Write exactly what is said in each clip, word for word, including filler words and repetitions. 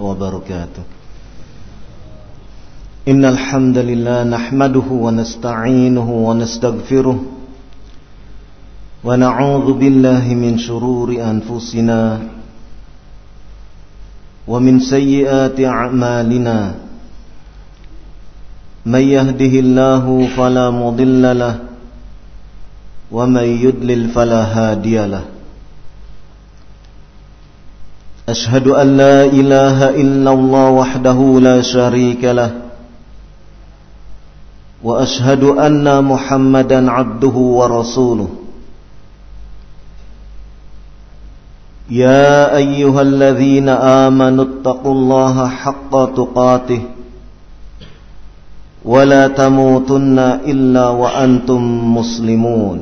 وبركاته إن الحمد لله نحمده ونستعينه ونستغفره ونعوذ بالله من شرور أنفسنا ومن سيئات أعمالنا من يهده الله فلا مضل له ومن يضلل فلا هادي له أشهد أن لا إله إلا الله وحده لا شريك له وأشهد أن محمدا عبده ورسوله يا أيها الذين آمنوا اتقوا الله حق تقاته ولا تموتن إلا وأنتم مسلمون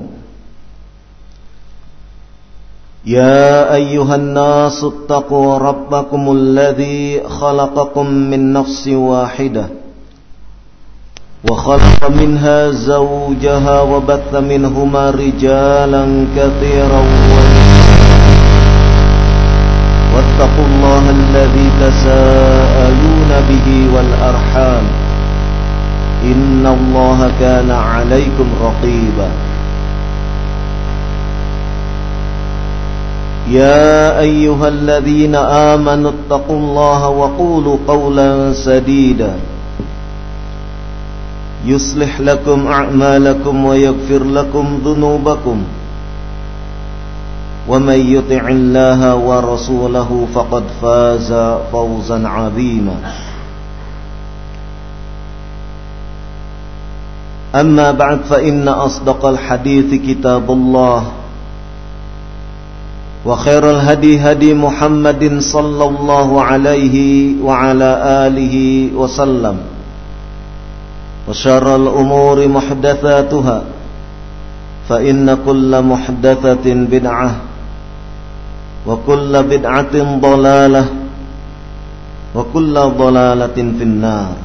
يا أيها الناس اتقوا ربكم الذي خلقكم من نفس واحدة وخلق منها زوجها وبث منهما رجالا كثيرا ونساء واتقوا الله الذي تساءلون به والأرحام إن الله كان عليكم رقيبا يا أيها الذين آمنوا اتقوا الله وقولوا قولا سديدا يصلح لكم أعمالكم ويغفر لكم ذنوبكم ومن يطع الله ورسوله فقد فاز فوزا عظيما أما بعد فإن أصدق الحديث كتاب الله وخير الهدي هدي محمد صلى الله عليه وعلى آله وسلم وشر الأمور محدثاتها فإن كل محدثة بدعة وكل بدعة ضلالة وكل ضلالة في النار.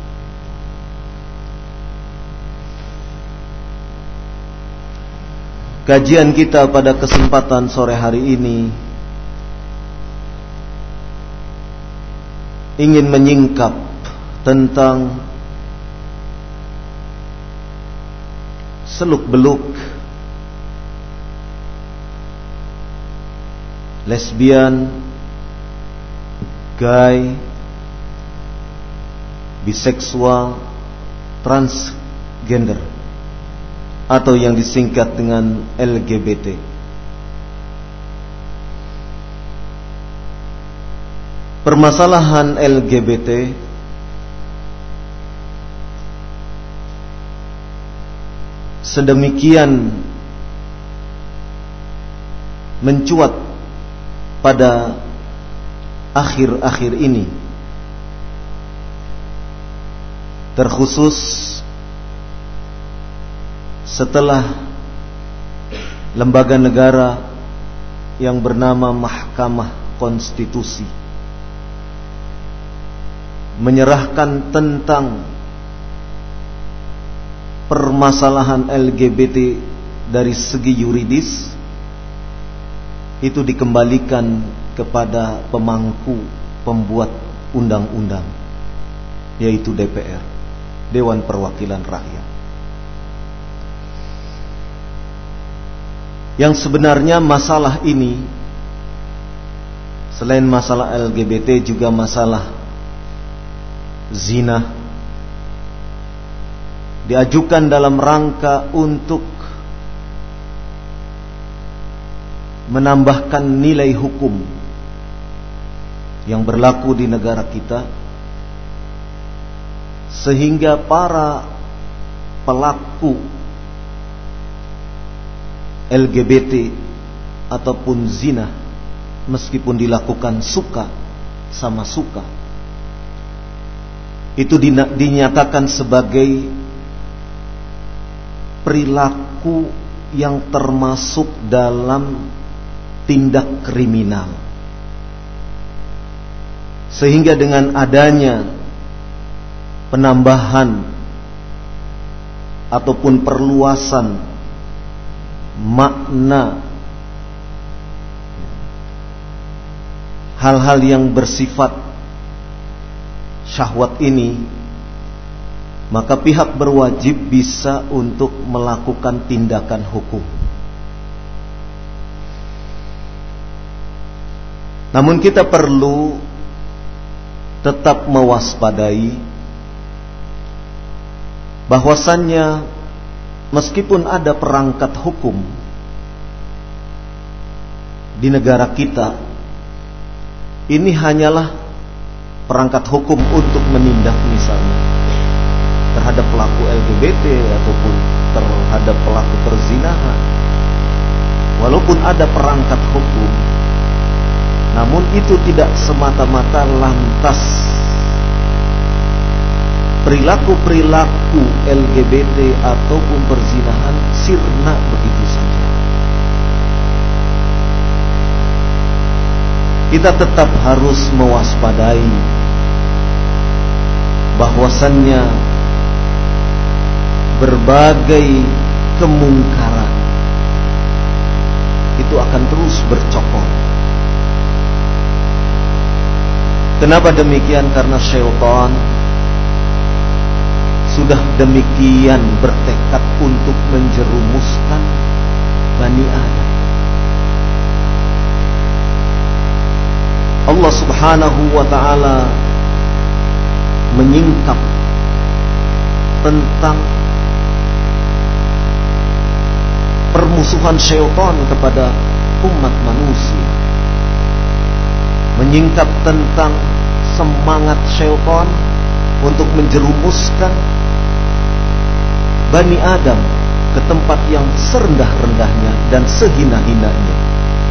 Kajian kita pada kesempatan sore hari ini ingin menyingkap tentang seluk-beluk lesbian, gay, biseksual, transgender atau yang disingkat dengan L G B T. Permasalahan L G B T sedemikian mencuat pada akhir-akhir ini, terkhusus setelah lembaga negara yang bernama Mahkamah Konstitusi menyerahkan tentang permasalahan L G B T dari segi yuridis itu dikembalikan kepada pemangku pembuat undang-undang, yaitu D P R, Dewan Perwakilan Rakyat. Yang sebenarnya masalah ini selain masalah L G B T juga masalah zina diajukan dalam rangka untuk menambahkan nilai hukum yang berlaku di negara kita sehingga para pelaku L G B T ataupun zina meskipun dilakukan suka sama suka itu dinyatakan sebagai perilaku yang termasuk dalam tindak kriminal, sehingga dengan adanya penambahan ataupun perluasan makna hal-hal yang bersifat syahwat ini, maka pihak berwajib bisa untuk melakukan tindakan hukum. Namun kita perlu tetap mewaspadai bahwasannya meskipun ada perangkat hukum di negara kita, ini hanyalah perangkat hukum untuk menindak misalnya terhadap pelaku L G B T ataupun terhadap pelaku perzinahan. Walaupun ada perangkat hukum, namun itu tidak semata-mata lantas perilaku-perilaku L G B T ataupun perzinahan sirna begitu saja. Kita tetap harus mewaspadai bahwasannya berbagai kemungkaran itu akan terus bercokol. Kenapa demikian? Karena syaitan sudah demikian bertekad untuk menjerumuskan Bani Adam. Allah Subhanahu wa ta'ala menyingkap tentang permusuhan syaitan kepada umat manusia, menyingkap tentang semangat syaitan untuk menjerumuskan Bani Adam ke tempat yang serendah-rendahnya dan sehina-hinanya.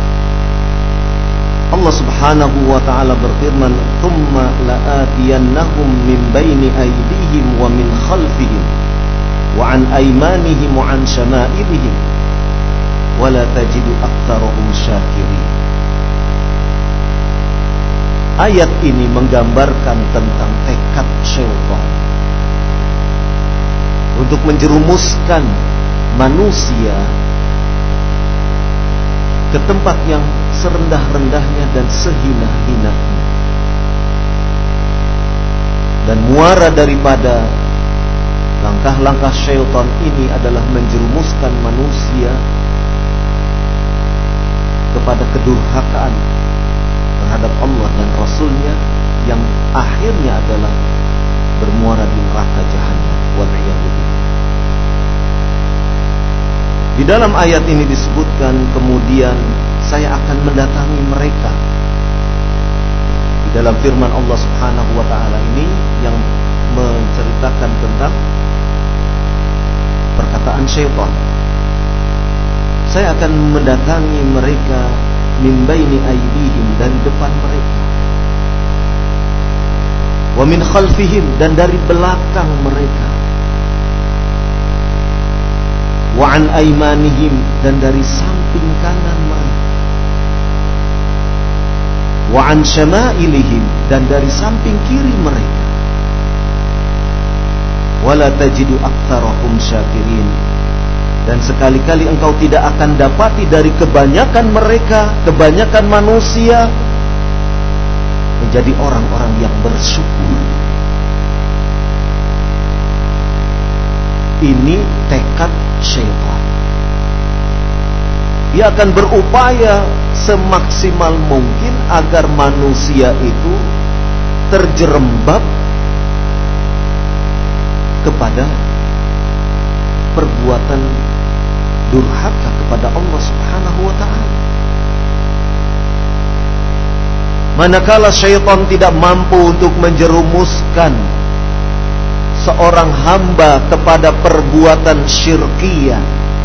Allah Subhanahu wa ta'ala berfirman, "Tsumma la'atiyannahum min baini aydihim wa min khalfihim wa an aymanihim wa an syama'ilihim wa la tajidu aktsarahum syakirin." Ayat ini menggambarkan tentang tekad syaitan untuk menjerumuskan manusia ke tempat yang serendah-rendahnya dan sehina-hinanya. Dan muara daripada langkah-langkah syaitan ini adalah menjerumuskan manusia kepada kedurhakaan terhadap Allah dan Rasulnya, yang akhirnya adalah bermuara di neraka Jahannam. Wal'iyadzubillah. Di dalam ayat ini disebutkan kemudian saya akan mendatangi mereka. Di dalam firman Allah Subhanahu wa ta'ala ini yang menceritakan tentang perkataan syaitan. Saya akan mendatangi mereka min baini aydihim, dari depan mereka, wa min khalfihim, dan dari belakang mereka, wa an aymanihim, dan dari samping kanan mereka, wa an syama'ilihim, dan dari samping kiri mereka, wala tajidu aktsarahum syakirin, dan sekali-kali engkau tidak akan dapati dari kebanyakan mereka, kebanyakan manusia, menjadi orang-orang yang bersyukur. Ini tekad syaitan. Dia akan berupaya semaksimal mungkin agar manusia itu terjerembab kepada perbuatan durhaka kepada Allah Subhanahu wa ta'ala. Manakala syaitan tidak mampu untuk menjerumuskan seorang hamba kepada perbuatan syirkiyah,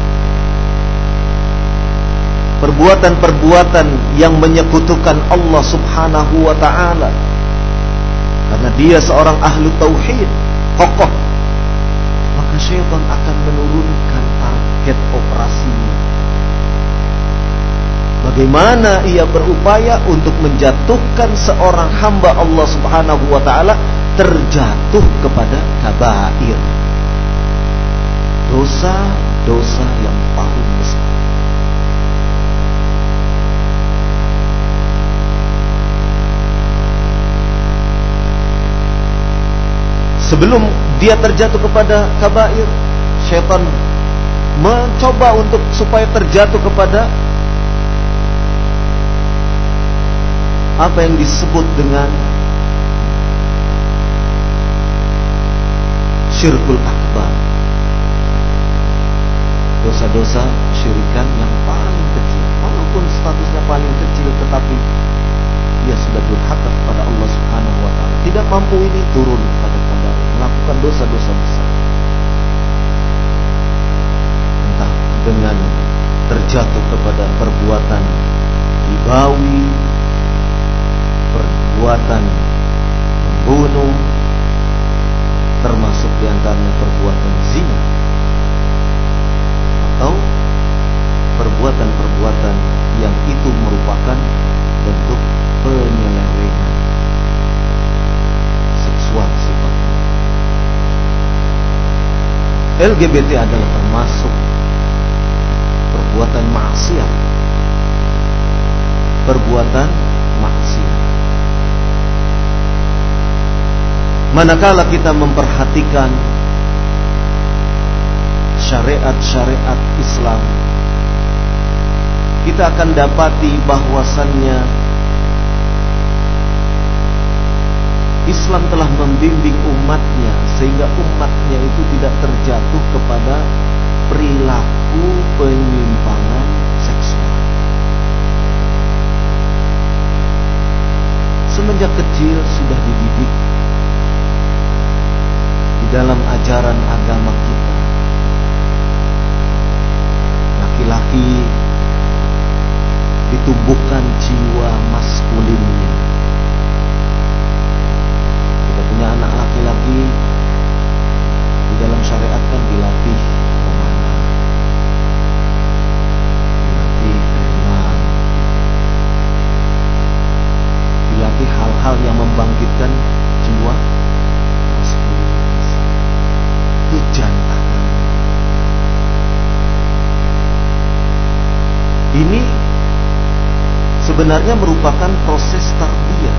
perbuatan-perbuatan yang menyekutukan Allah Subhanahu wa ta'ala, karena dia seorang ahlu tauhid, kokoh, maka syaitan akan menurunkan target operasinya. Bagaimana ia berupaya untuk menjatuhkan seorang hamba Allah Subhanahu wa ta'ala terjatuh kepada kabair, dosa-dosa yang paling besar. Sebelum dia terjatuh kepada kabair, syaitan mencoba untuk supaya terjatuh kepada apa yang disebut dengan syirkul akbar, dosa-dosa syirikan yang paling kecil. Walaupun statusnya paling kecil, tetapi dia sudah durhaka kepada Allah Subhanahu wa taala. Tidak mampu ini, turun kepada kabair, melakukan dosa-dosa besar. Entah dengan terjatuh kepada perbuatan ribawi, perbuatan membunuh, termasuk diantaranya perbuatan zina, atau perbuatan-perbuatan yang itu merupakan bentuk penyelewengan seksual sifatnya. L G B T adalah termasuk perbuatan maksiat, perbuatan maksiat. Manakala kita memperhatikan syariat-syariat Islam, kita akan dapati bahwasannya Islam telah membimbing umatnya sehingga umatnya itu tidak terjatuh kepada perilaku penyimpangan seksual. Semenjak kecil sudah dididik di dalam ajaran agama kita. Laki-laki ditumbuhkan jiwa maskulinnya. Kita punya anak laki-laki, di dalam syariat kan dilatih memanah, dilatih berenang, dilatih hal-hal yang membangkitkan jiwa maskulinitas, kejantanan. Ini sebenarnya merupakan proses tarbiyah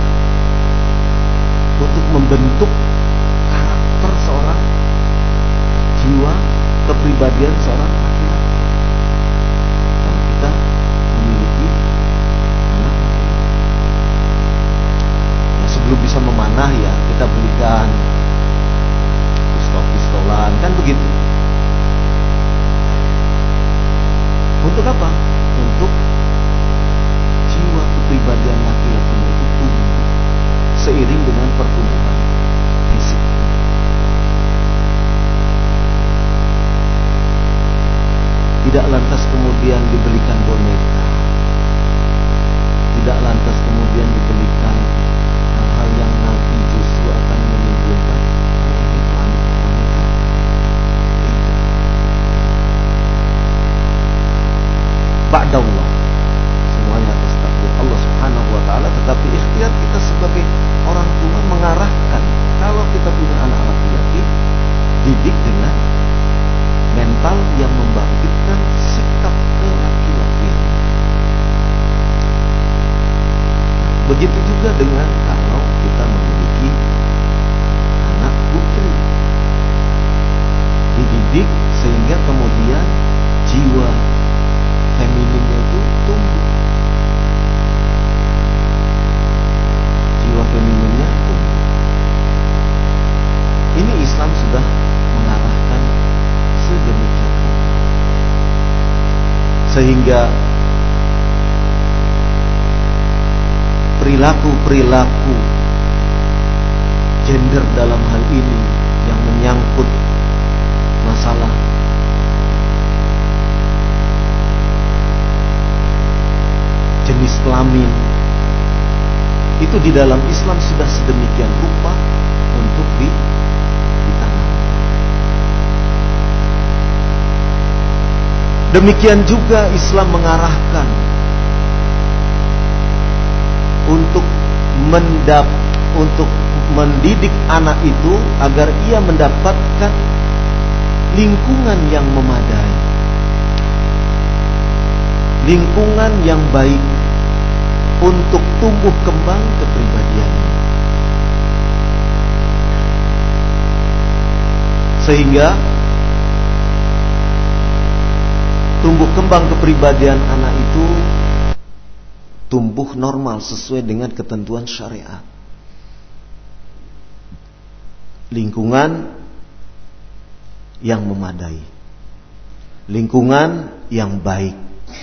untuk membentuk karakter seorang, jiwa, kepribadian seorang laki-laki. Kalau kita memiliki anak laki-laki, ya sebelum bisa memanah ya kita belikan pistol-pistolan, kan begitu. Untuk apa? Untuk jiwa kepribadian laki-laki itu tumbuh seiring dengan pertumbuhan fisik. Tidak lantas kemudian dibelikan boneka, tidak lantas kemudian dibelikan hal-hal yang nanti justru akan menimbulkan wanita. Ba'dallah, semuanya atas takdir Allah Subhanahu wa taala, tetapi ikhtiar kita sebagai orang tua mengarahkan. Kalau kita punya anak laki-laki, didik dengan mental yang membangkitkan sikap kelaki-lakian. Begitu juga dengan kalau kita memiliki anak putri, dididik sehingga kemudian jiwa femininnya itu tumbuh. Jiwa femininnya tumbuh. Ini Islam sudah mengarahkan sedemikian rupa, sehingga perilaku-perilaku gender dalam hal ini yang menyangkut masalah jenis kelamin itu di dalam Islam sudah sedemikian rupa untuk ditanam. Demikian juga Islam mengarahkan untuk mendap untuk mendidik anak itu agar ia mendapatkan lingkungan yang memadai, lingkungan yang baik untuk tumbuh kembang kepribadiannya. Sehingga tumbuh kembang kepribadian anak itu tumbuh normal sesuai dengan ketentuan syariat. Lingkungan yang memadai, lingkungan yang baik,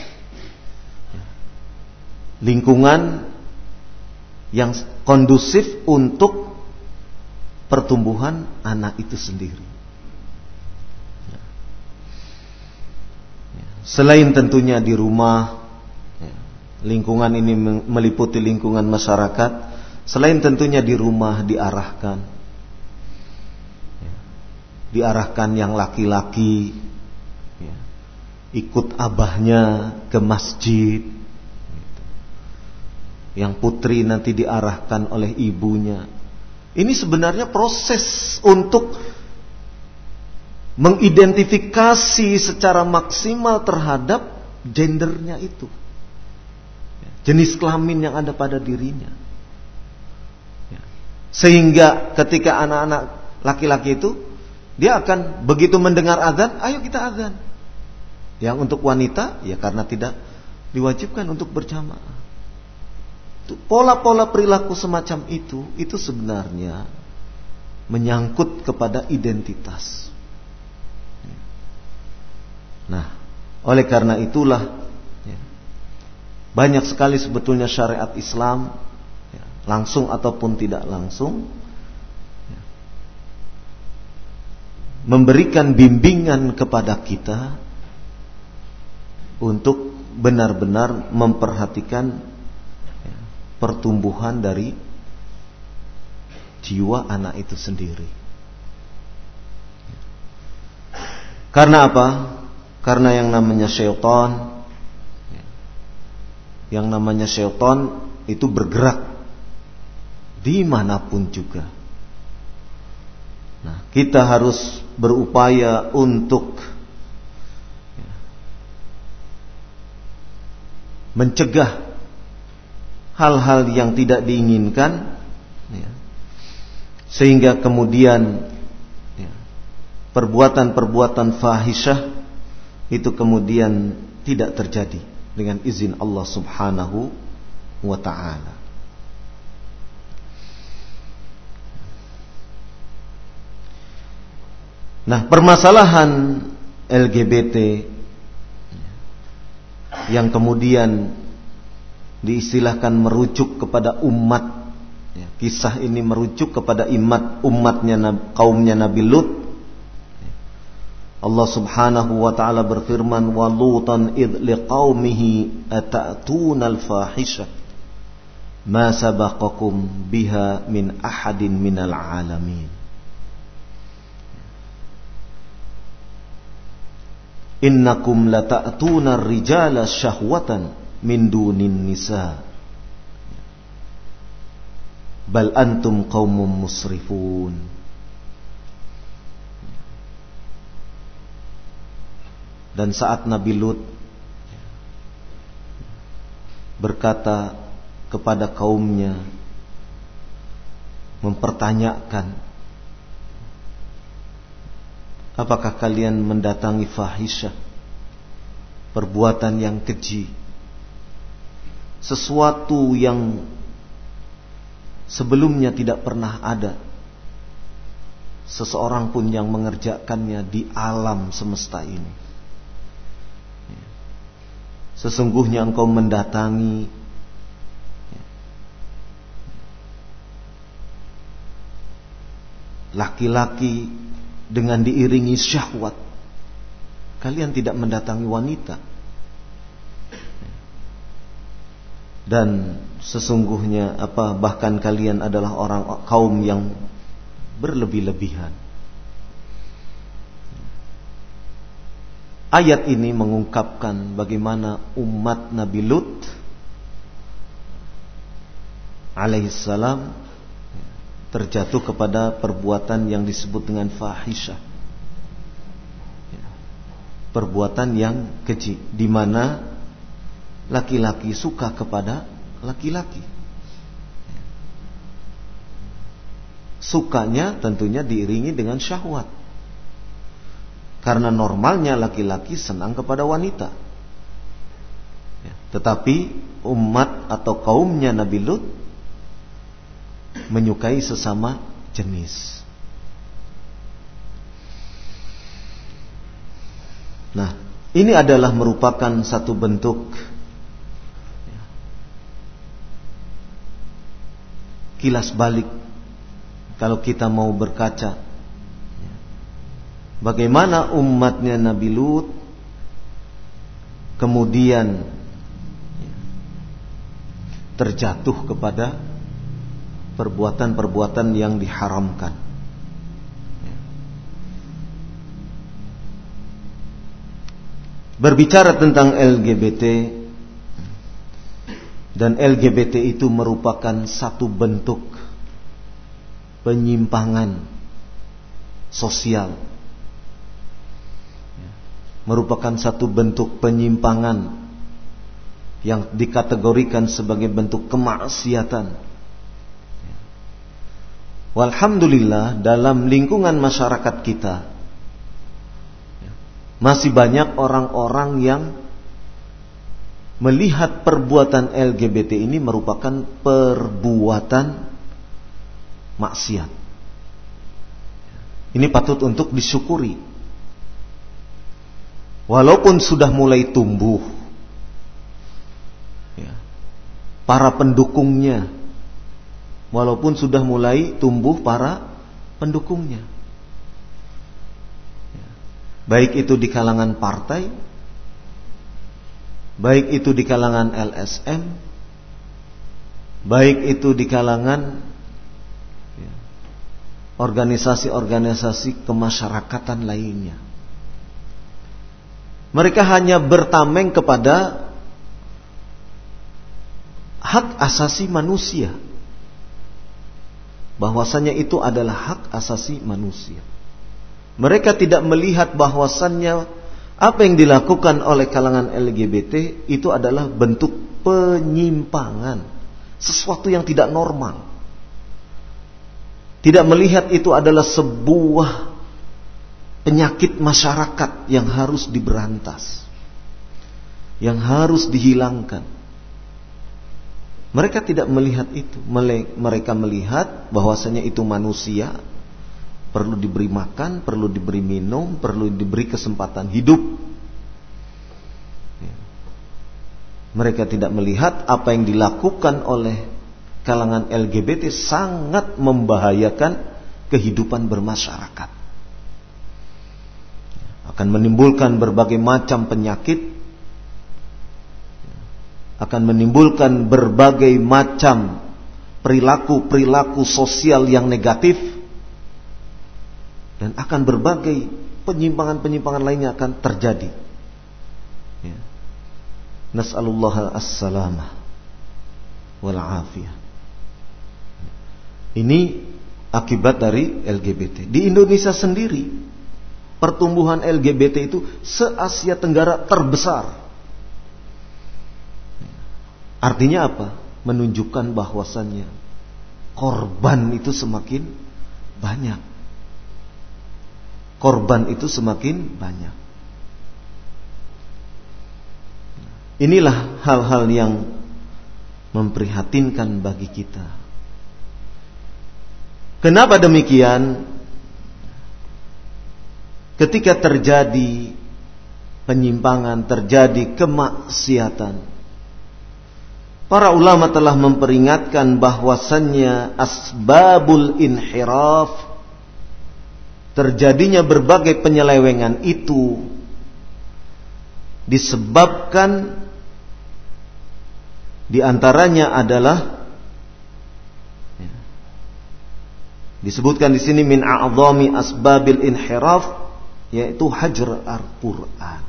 lingkungan yang kondusif untuk pertumbuhan anak itu sendiri. Selain tentunya di rumah, lingkungan ini meliputi lingkungan masyarakat. Selain tentunya di rumah diarahkan, diarahkan yang laki-laki ikut abahnya ke masjid, yang putri nanti diarahkan oleh ibunya. Ini sebenarnya proses untuk mengidentifikasi secara maksimal terhadap gendernya itu, jenis kelamin yang ada pada dirinya. Sehingga ketika anak-anak laki-laki itu, dia akan begitu mendengar azan, ayo kita azan. Yang untuk wanita, ya karena tidak diwajibkan untuk berjamaah. Pola-pola perilaku semacam itu, itu sebenarnya menyangkut kepada identitas. Nah, oleh karena itulah ya, banyak sekali sebetulnya syariat Islam ya, langsung ataupun tidak langsung ya, memberikan bimbingan kepada kita untuk benar-benar memperhatikan ya, pertumbuhan dari jiwa anak itu sendiri. Karena apa? Karena yang namanya syaitan, yang namanya syaitan itu bergerak dimanapun juga. Nah, kita harus berupaya untuk mencegah hal-hal yang tidak diinginkan, sehingga kemudian perbuatan-perbuatan fahisyah itu kemudian tidak terjadi dengan izin Allah Subhanahu wa ta'ala. Nah, permasalahan L G B T yang kemudian diistilahkan merujuk kepada umat, kisah ini merujuk kepada umat umatnya kaumnya Nabi Lut. Allah Subhanahu wa ta'ala berfirman, wa lutan idh liqaumihi ata'tunal fahisha ma sabaqakum biha min ahadin minal alamin. Innakum lata'tunar rijala syahwatan min dunin nisa bal antum qaumun musrifun. Dan saat Nabi Lut berkata kepada kaumnya, mempertanyakan, apakah kalian mendatangi fahisyah, perbuatan yang keji, sesuatu yang sebelumnya tidak pernah ada seseorang pun yang mengerjakannya di alam semesta ini. Sesungguhnya engkau mendatangi laki-laki dengan diiringi syahwat. Kalian tidak mendatangi wanita. Dan sesungguhnya apa bahkan kalian adalah orang kaum yang berlebih-lebihan. Ayat ini mengungkapkan bagaimana umat Nabi Lut alaihissalam terjatuh kepada perbuatan yang disebut dengan fahisyah, perbuatan yang keji, di mana laki-laki suka kepada laki-laki. Sukanya tentunya diiringi dengan syahwat. Karena normalnya laki-laki senang kepada wanita. Tetapi umat atau kaumnya Nabi Lut menyukai sesama jenis. Nah, ini adalah merupakan satu bentuk kilas balik kalau kita mau berkaca bagaimana umatnya Nabi Lut kemudian terjatuh kepada perbuatan-perbuatan yang diharamkan. Berbicara tentang L G B T, dan L G B T itu merupakan satu bentuk penyimpangan sosial, merupakan satu bentuk penyimpangan yang dikategorikan sebagai bentuk kemaksiatan. Walhamdulillah, dalam lingkungan masyarakat kita masih banyak orang-orang yang melihat perbuatan L G B T ini merupakan perbuatan maksiat. Ini patut untuk disyukuri. Walaupun sudah mulai tumbuh ya, para pendukungnya, walaupun sudah mulai tumbuh para pendukungnya, ya, baik itu di kalangan partai, baik itu di kalangan L S M, baik itu di kalangan ya, organisasi-organisasi kemasyarakatan lainnya. Mereka hanya bertameng kepada hak asasi manusia, bahwasannya itu adalah hak asasi manusia. Mereka tidak melihat bahwasannya apa yang dilakukan oleh kalangan L G B T itu adalah bentuk penyimpangan, sesuatu yang tidak normal. Tidak melihat itu adalah sebuah penyakit masyarakat yang harus diberantas, yang harus dihilangkan. Mereka tidak melihat itu. Mereka melihat bahwasanya itu manusia, perlu diberi makan, perlu diberi minum, perlu diberi kesempatan hidup. Mereka tidak melihat apa yang dilakukan oleh kalangan L G B T sangat membahayakan kehidupan bermasyarakat. Akan menimbulkan berbagai macam penyakit, akan menimbulkan berbagai macam perilaku-perilaku sosial yang negatif, dan akan berbagai penyimpangan-penyimpangan lainnya akan terjadi. Ya. Nas'alullah as-salamah wal afiyah. Ini akibat dari L G B T. Di Indonesia sendiri, pertumbuhan L G B T itu se-Asia Tenggara terbesar. Artinya apa? Menunjukkan bahwasannya korban itu semakin banyak. Korban itu semakin banyak. Inilah hal-hal yang memprihatinkan bagi kita. Kenapa demikian? Ketika terjadi penyimpangan, terjadi kemaksiatan, para ulama telah memperingatkan bahwasannya asbabul inhiraf, terjadinya berbagai penyelewengan itu disebabkan diantaranya adalah disebutkan di sini min a'zami asbabil inhiraf, yaitu hajr al-Quran.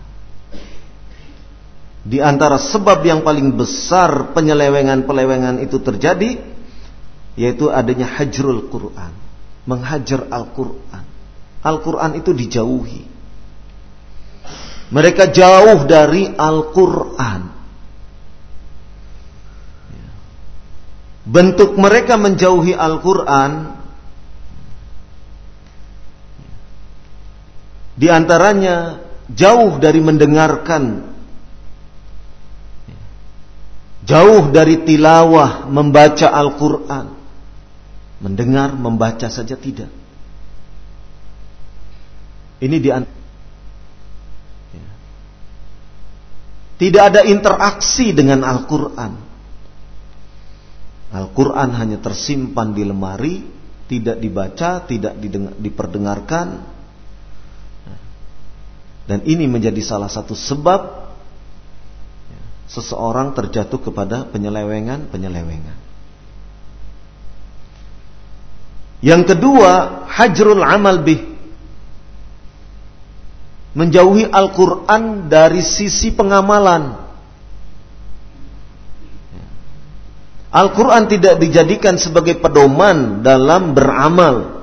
Di antara sebab yang paling besar penyelewengan-pelewengan itu terjadi, yaitu adanya hajrul Quran, menghajar Al-Quran. Al-Quran itu dijauhi. Mereka jauh dari Al-Quran. Bentuk mereka menjauhi Al-Quran Di antaranya jauh dari mendengarkan, jauh dari tilawah, membaca Al-Quran. Mendengar, membaca saja tidak. Ini di antara. Tidak ada interaksi dengan Al-Quran. Al-Quran hanya tersimpan di lemari, tidak dibaca, tidak diperdengarkan. Dan ini menjadi salah satu sebab seseorang terjatuh kepada penyelewengan-penyelewengan. Yang kedua, hajrul amal bih. Menjauhi Al-Quran dari sisi pengamalan. Al-Quran tidak dijadikan sebagai pedoman dalam beramal,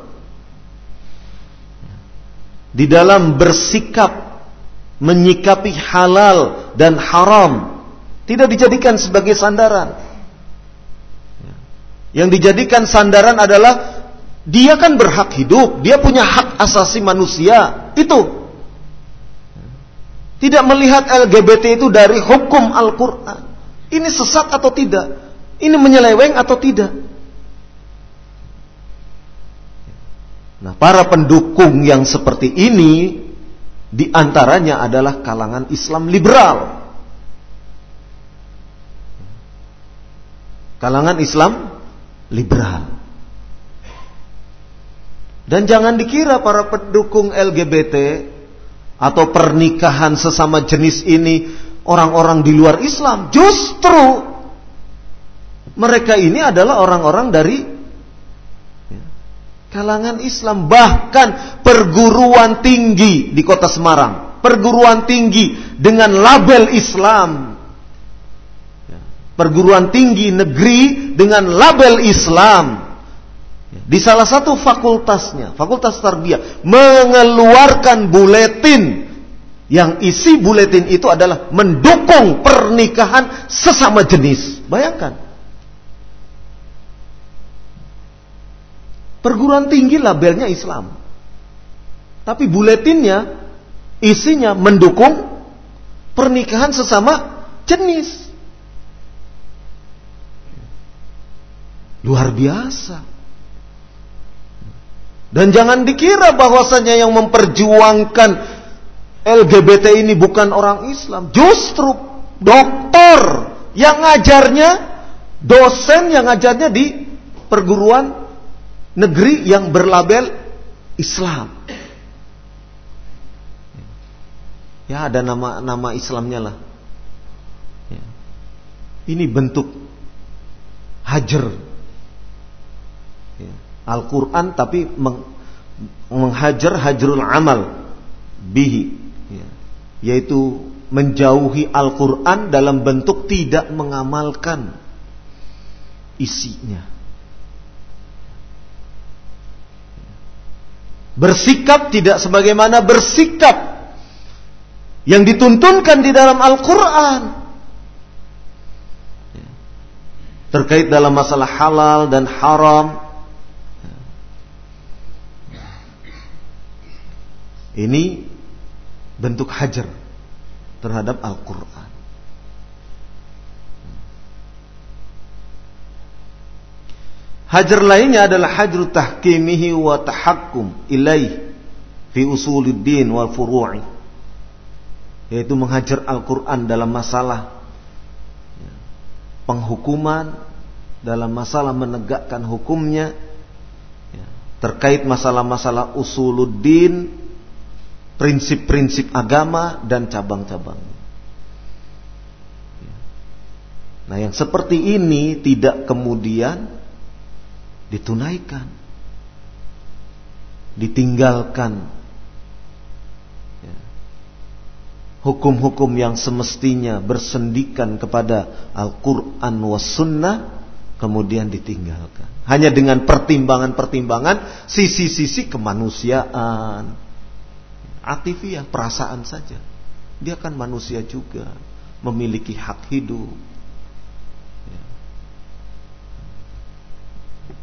di dalam bersikap, menyikapi halal dan haram. Tidak dijadikan sebagai sandaran. Yang dijadikan sandaran adalah dia kan berhak hidup, dia punya hak asasi manusia. Itu. Tidak melihat L G B T itu dari hukum Al-Quran. Ini sesat atau tidak? Ini menyeleweng atau tidak? Nah, para pendukung yang seperti ini di antaranya adalah kalangan Islam liberal. Kalangan Islam liberal. Dan jangan dikira para pendukung L G B T atau pernikahan sesama jenis ini orang-orang di luar Islam. Justru mereka ini adalah orang-orang dari kalangan Islam. Bahkan perguruan tinggi di kota Semarang, perguruan tinggi dengan label Islam, perguruan tinggi negeri dengan label Islam, di salah satu fakultasnya, fakultas tarbiyah, mengeluarkan buletin yang isi buletin itu adalah mendukung pernikahan sesama jenis. Bayangkan, perguruan tinggi labelnya Islam, tapi buletinnya isinya mendukung pernikahan sesama jenis. Luar biasa. Dan jangan dikira bahwasanya yang memperjuangkan L G B T ini bukan orang Islam. Justru doktor yang ngajarnya, dosen yang ngajarnya di perguruan negeri yang berlabel Islam. Ya, ada nama-nama Islamnya lah. Ya. Ini bentuk hajar ya. Al-Quran tapi meng, menghajar hajrul amal bihi ya. Yaitu menjauhi Al-Quran dalam bentuk tidak mengamalkan isinya. Bersikap tidak sebagaimana bersikap yang dituntunkan di dalam Al-Quran terkait dalam masalah halal dan haram. Ini bentuk hajar terhadap Al-Quran. Hajar lainnya adalah hajru tahkimihi wa tahakkum ilaih fi usuluddin wal furu'i, yaitu menghajar Al-Quran dalam masalah penghukuman, dalam masalah menegakkan hukumnya, terkait masalah-masalah usuluddin, prinsip-prinsip agama dan cabang-cabang. Nah, yang seperti ini tidak kemudian ditunaikan, ditinggalkan. Hukum-hukum yang semestinya bersendikan kepada Al-Quran was sunnah kemudian ditinggalkan hanya dengan pertimbangan-pertimbangan sisi-sisi kemanusiaan, atifiah, perasaan saja. Dia kan manusia juga, memiliki hak hidup.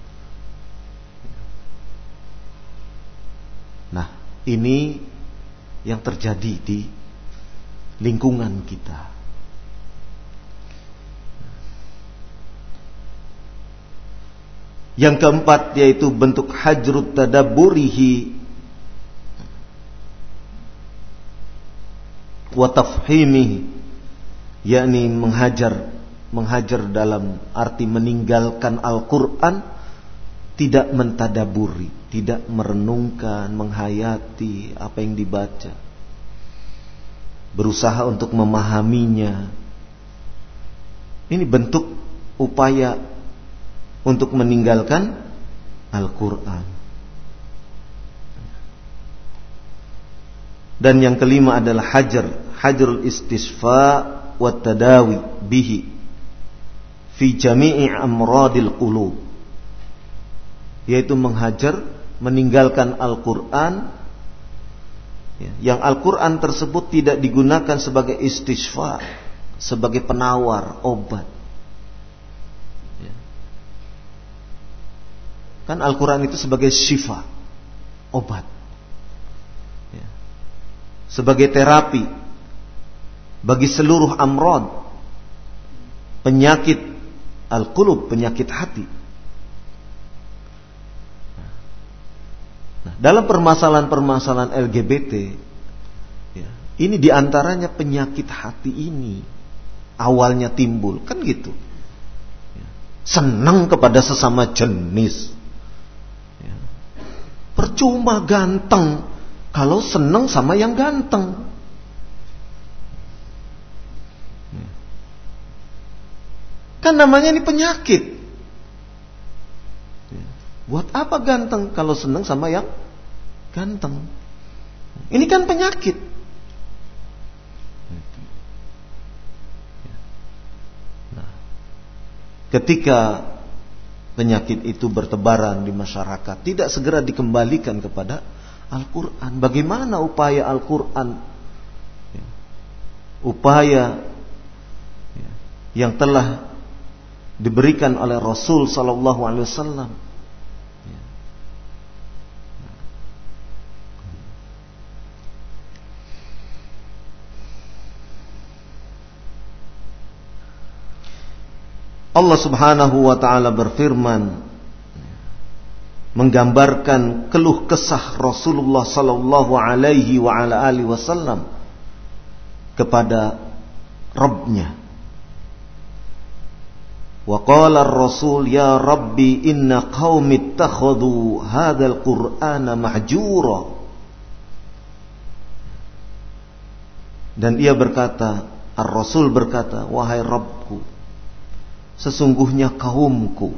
Nah, ini yang terjadi di lingkungan kita. Yang keempat yaitu bentuk hajrut tadabburihi wa tafhimihi, yakni menghajar menghajar dalam arti meninggalkan Al-Qur'an, tidak mentadaburi, tidak merenungkan, menghayati apa yang dibaca, berusaha untuk memahaminya. Ini bentuk upaya untuk meninggalkan Al-Quran. Dan yang kelima adalah hajar, hajarul istisfa wa tadawi bihi fi jami'i amradil qulub, yaitu menghajar, meninggalkan Al-Quran, yang Al-Quran tersebut tidak digunakan sebagai istisfa, sebagai penawar obat. Kan Al-Quran itu sebagai syifa, obat, ya, sebagai terapi bagi seluruh amrad, penyakit al-qulub, penyakit hati. Nah, dalam permasalahan-permasalahan L G B T, ya, ini diantaranya penyakit hati ini awalnya timbul, kan gitu, ya, senang kepada sesama jenis. Percuma ganteng kalau seneng sama yang ganteng. Kan namanya ini penyakit. Buat apa ganteng kalau seneng sama yang ganteng? Ini kan penyakit. Nah, ketika penyakit itu bertebaran di masyarakat, tidak segera dikembalikan kepada Al-Quran. Bagaimana upaya Al-Quran, ya, upaya, ya, yang telah diberikan oleh Rasul Sallallahu Alaihi Wasallam, ya. Allah Subhanahu wa taala berfirman, menggambarkan keluh kesah Rasulullah sallallahu alaihi wa ala alihi wasallam kepada Rabbnya. Wa qala ar-rasul ya rabbi inna qaumi ittakhadhu hadzal qur'ana mahjura. Dan ia berkata, ar-rasul berkata, wahai Rabbku, sesungguhnya kaumku,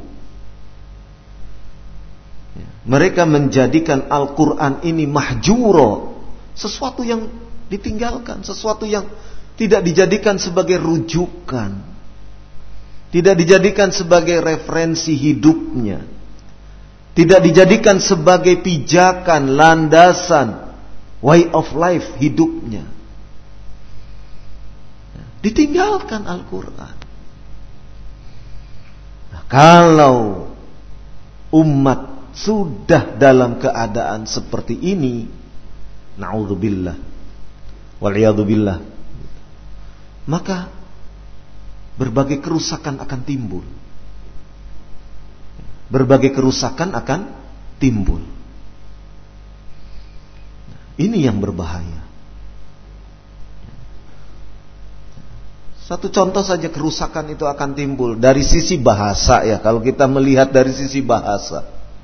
mereka menjadikan Al-Quran ini mahjuro, sesuatu yang ditinggalkan, sesuatu yang tidak dijadikan sebagai rujukan, tidak dijadikan sebagai referensi hidupnya, tidak dijadikan sebagai pijakan, landasan, way of life hidupnya. Ditinggalkan Al-Quran. Nah, kalau umat sudah dalam keadaan seperti ini, na'udzubillah wal'iyadzubillah, maka berbagai kerusakan akan timbul. Berbagai kerusakan akan timbul. Ini yang berbahaya. Satu contoh saja kerusakan itu akan timbul dari sisi bahasa, ya. Kalau kita melihat dari sisi bahasa,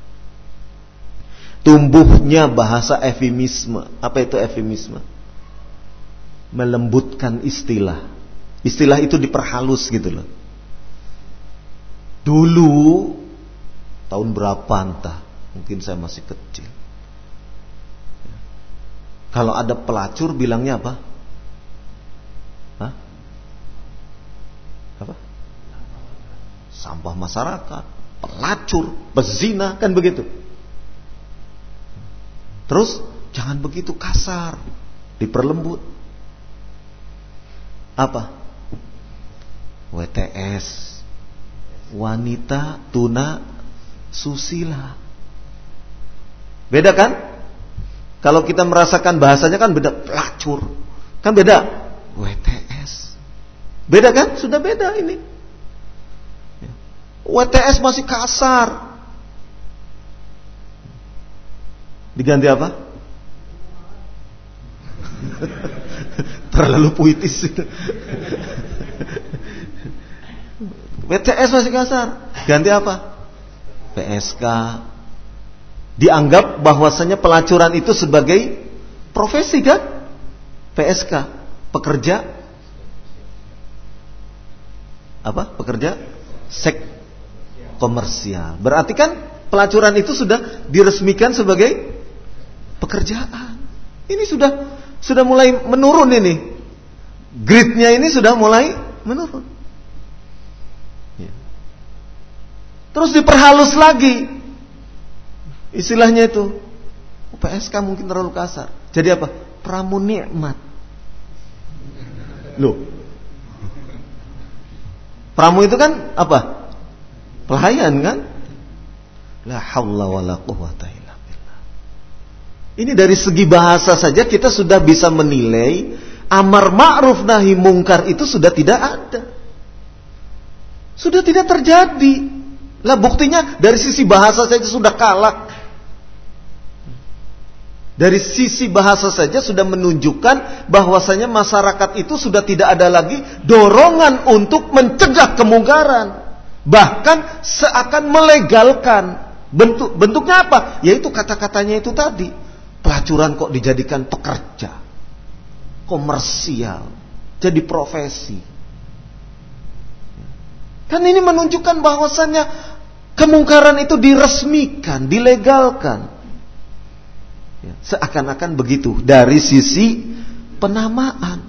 tumbuhnya bahasa eufemisme. Apa itu eufemisme? Melembutkan istilah. Istilah itu diperhalus gitu loh. Dulu tahun berapa entah, mungkin saya masih kecil, kalau ada pelacur bilangnya apa? Hah? Apa? Sampah masyarakat, pelacur, pezina, kan begitu. Terus jangan begitu kasar, diperlembut. Apa? W T S, wanita tuna susila. Beda kan? Kalau kita merasakan bahasanya kan beda, pelacur. Kan beda. W T S. Beda kan? Sudah beda ini. W T S masih kasar. Diganti apa? Terlalu puitis. W T S masih kasar. Ganti apa? P S K. Dianggap bahwasanya pelacuran itu sebagai profesi kan? P S K, pekerja apa? Pekerja seks komersial. Berarti kan pelacuran itu sudah diresmikan sebagai pekerjaan. Ini sudah sudah mulai menurun ini. Grade-nya ini sudah mulai menurun. Ya. Terus diperhalus lagi. Istilahnya itu P S K mungkin terlalu kasar. Jadi apa? Pramunikmat. Loh. Pramu itu kan apa? Pelayan kan? La haula wala quwwata illa billah. Ini dari segi bahasa saja kita sudah bisa menilai amar ma'ruf nahi mungkar itu sudah tidak ada. Sudah tidak terjadi. Lah buktinya dari sisi bahasa saja sudah kalah. Dari sisi bahasa saja sudah menunjukkan bahwasanya masyarakat itu sudah tidak ada lagi dorongan untuk mencegah kemungkaran. Bahkan seakan melegalkan. Bentuk bentuknya apa? Yaitu kata-katanya itu tadi. Pelacuran kok dijadikan pekerja. Komersial. Jadi profesi. Kan ini menunjukkan bahwasanya kemungkaran itu diresmikan, dilegalkan. Ya, seakan-akan begitu dari sisi penamaan.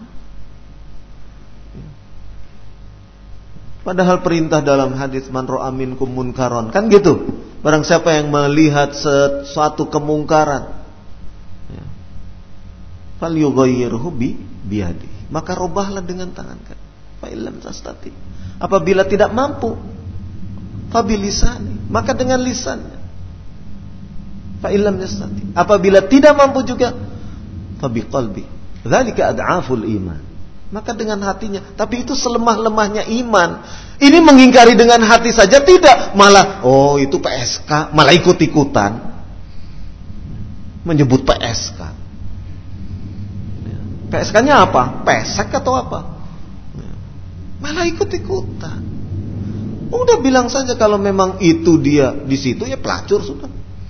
Padahal perintah dalam hadis man ra'a minkum munkaron kan gitu. Barang siapa yang melihat sesuatu kemungkaran, ya, falyughayyirhu bi biyadihi, maka rubahlah dengan tangan kan. Fa illam tastati, apabila tidak mampu, fa bilisani, maka dengan lisannya. Fa illam yastati, apabila tidak mampu juga, fa biqalbi, dzalika ad'aful iman, maka dengan hatinya. Tapi itu selemah-lemahnya iman. Ini mengingkari dengan hati saja tidak, malah oh itu P S K, malah ikut-ikutan menyebut P S K. P S K-nya apa? Pesek atau apa? Malah ikut-ikutan. Udah bilang saja kalau memang itu dia di situ ya pelacur sudah.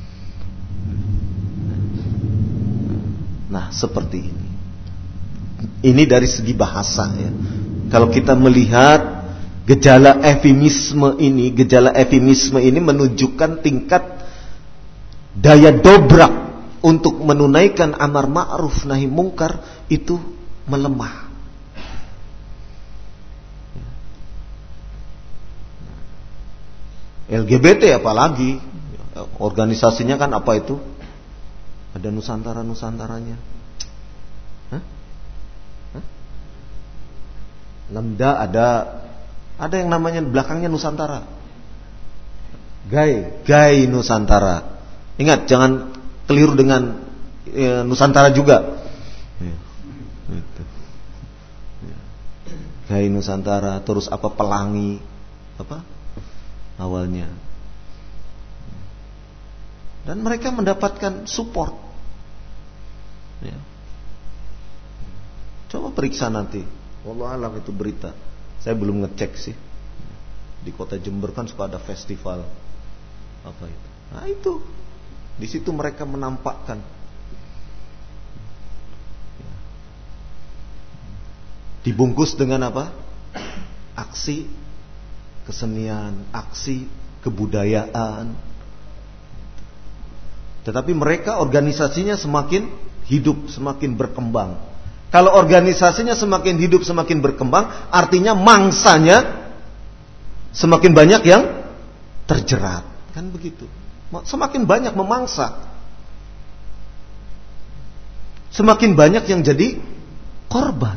Nah, seperti ini. Ini dari segi bahasa ya. Kalau kita melihat gejala eufemisme ini, gejala eufemisme ini menunjukkan tingkat daya dobrak untuk menunaikan amar ma'ruf nahi mungkar itu melemah. L G B T apalagi, organisasinya kan apa itu? Ada Nusantara-Nusantaranya. Hah? Hah? Lemda ada, ada yang namanya belakangnya Nusantara. Gai, Gai Nusantara. Ingat, jangan keliru dengan e, Nusantara juga. Ya, gitu. Ya. Gai Nusantara, terus apa Pelangi, apa awalnya. Dan mereka mendapatkan support. Ya. Coba periksa nanti. Wallahu alam itu berita. Saya belum ngecek sih. Di kota Jember kan suka ada festival apa itu. Nah itu. Di situ mereka menampakkan. Ya. Dibungkus dengan apa? Aksi kesenian, aksi kebudayaan. Tetapi mereka organisasinya semakin hidup, semakin berkembang. Kalau organisasinya semakin hidup, semakin berkembang, artinya mangsanya semakin banyak yang terjerat. Kan begitu. Semakin banyak memangsa. Semakin banyak yang jadi korban.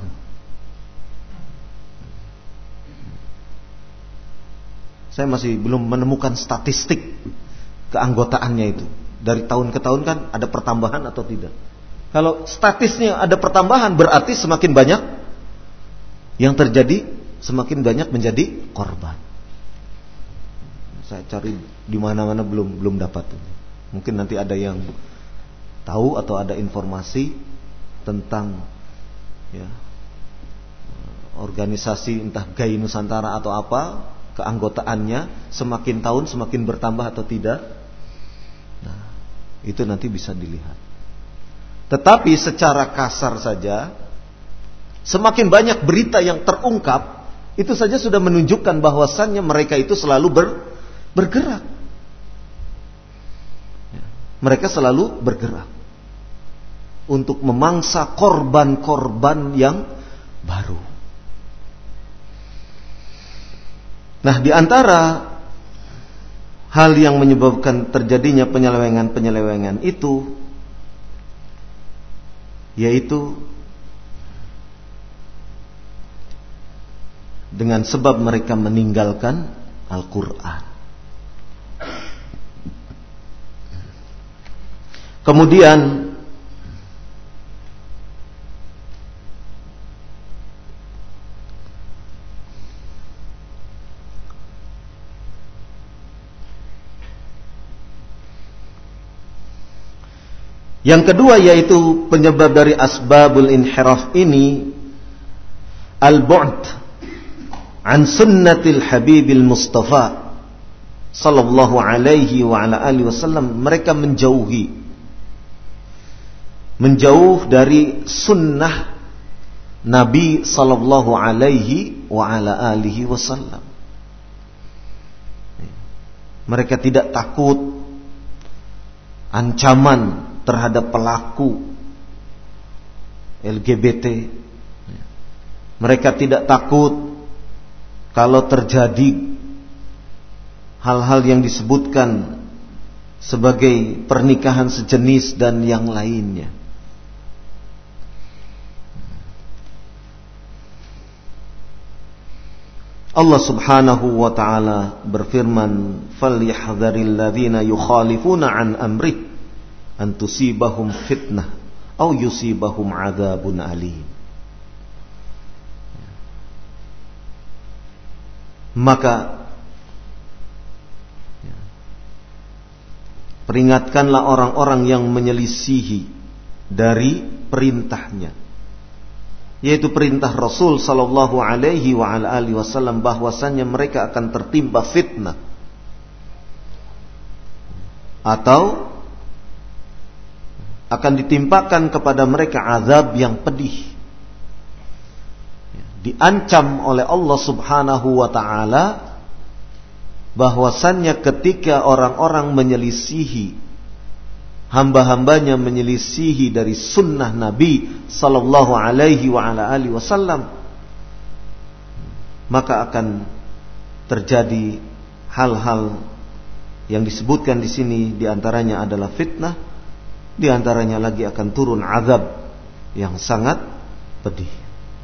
Saya masih belum menemukan statistik keanggotaannya itu. Dari tahun ke tahun kan ada pertambahan atau tidak? Kalau statisnya ada pertambahan, berarti semakin banyak yang terjadi, semakin banyak menjadi korban. Saya cari di mana-mana belum belum dapat. Mungkin nanti ada yang tahu atau ada informasi tentang ya, organisasi entah G A I Nusantara atau apa, keanggotaannya semakin tahun semakin bertambah atau tidak. Nah, itu nanti bisa dilihat. Tetapi secara kasar saja, semakin banyak berita yang terungkap, itu saja sudah menunjukkan bahwasannya mereka itu selalu ber, bergerak. Mereka selalu bergerak untuk memangsa korban-korban yang baru. Nah, di antara hal yang menyebabkan terjadinya penyelewengan-penyelewengan itu, yaitu dengan sebab mereka meninggalkan Al-Quran. Kemudian yang kedua, yaitu penyebab dari asbabul inhiraf ini, al-bu'd an sunnatil habibil mustafa sallallahu alaihi wa ala alihi wasallam. Mereka menjauhi menjauh dari sunnah Nabi sallallahu alaihi wa ala alihi wasallam. Mereka tidak takut ancaman terhadap pelaku L G B T. Mereka tidak takut kalau terjadi hal-hal yang disebutkan sebagai pernikahan sejenis dan yang lainnya. Allah Subhanahu wa ta'ala berfirman, "Falyahdharil ladzina yukhalifuna an amrih an tusibahum fitnah aw yusibahum adzabun alim." Maka peringatkanlah orang-orang yang menyelisihi dari perintahnya, yaitu perintah Rasul sallallahu alaihi wa ala alihi wasallam, bahwasannya mereka akan tertimpa fitnah atau akan ditimpakan kepada mereka azab yang pedih. Diancam oleh Allah Subhanahu wa ta'ala bahwasannya ketika orang-orang menyelisihi, hamba-hambanya menyelisihi dari sunnah Nabi sallallahu alaihi wa ala alihi wasallam, maka akan terjadi hal-hal yang disebutkan di sini. Di antaranya adalah fitnah, di antaranya lagi akan turun azab yang sangat pedih.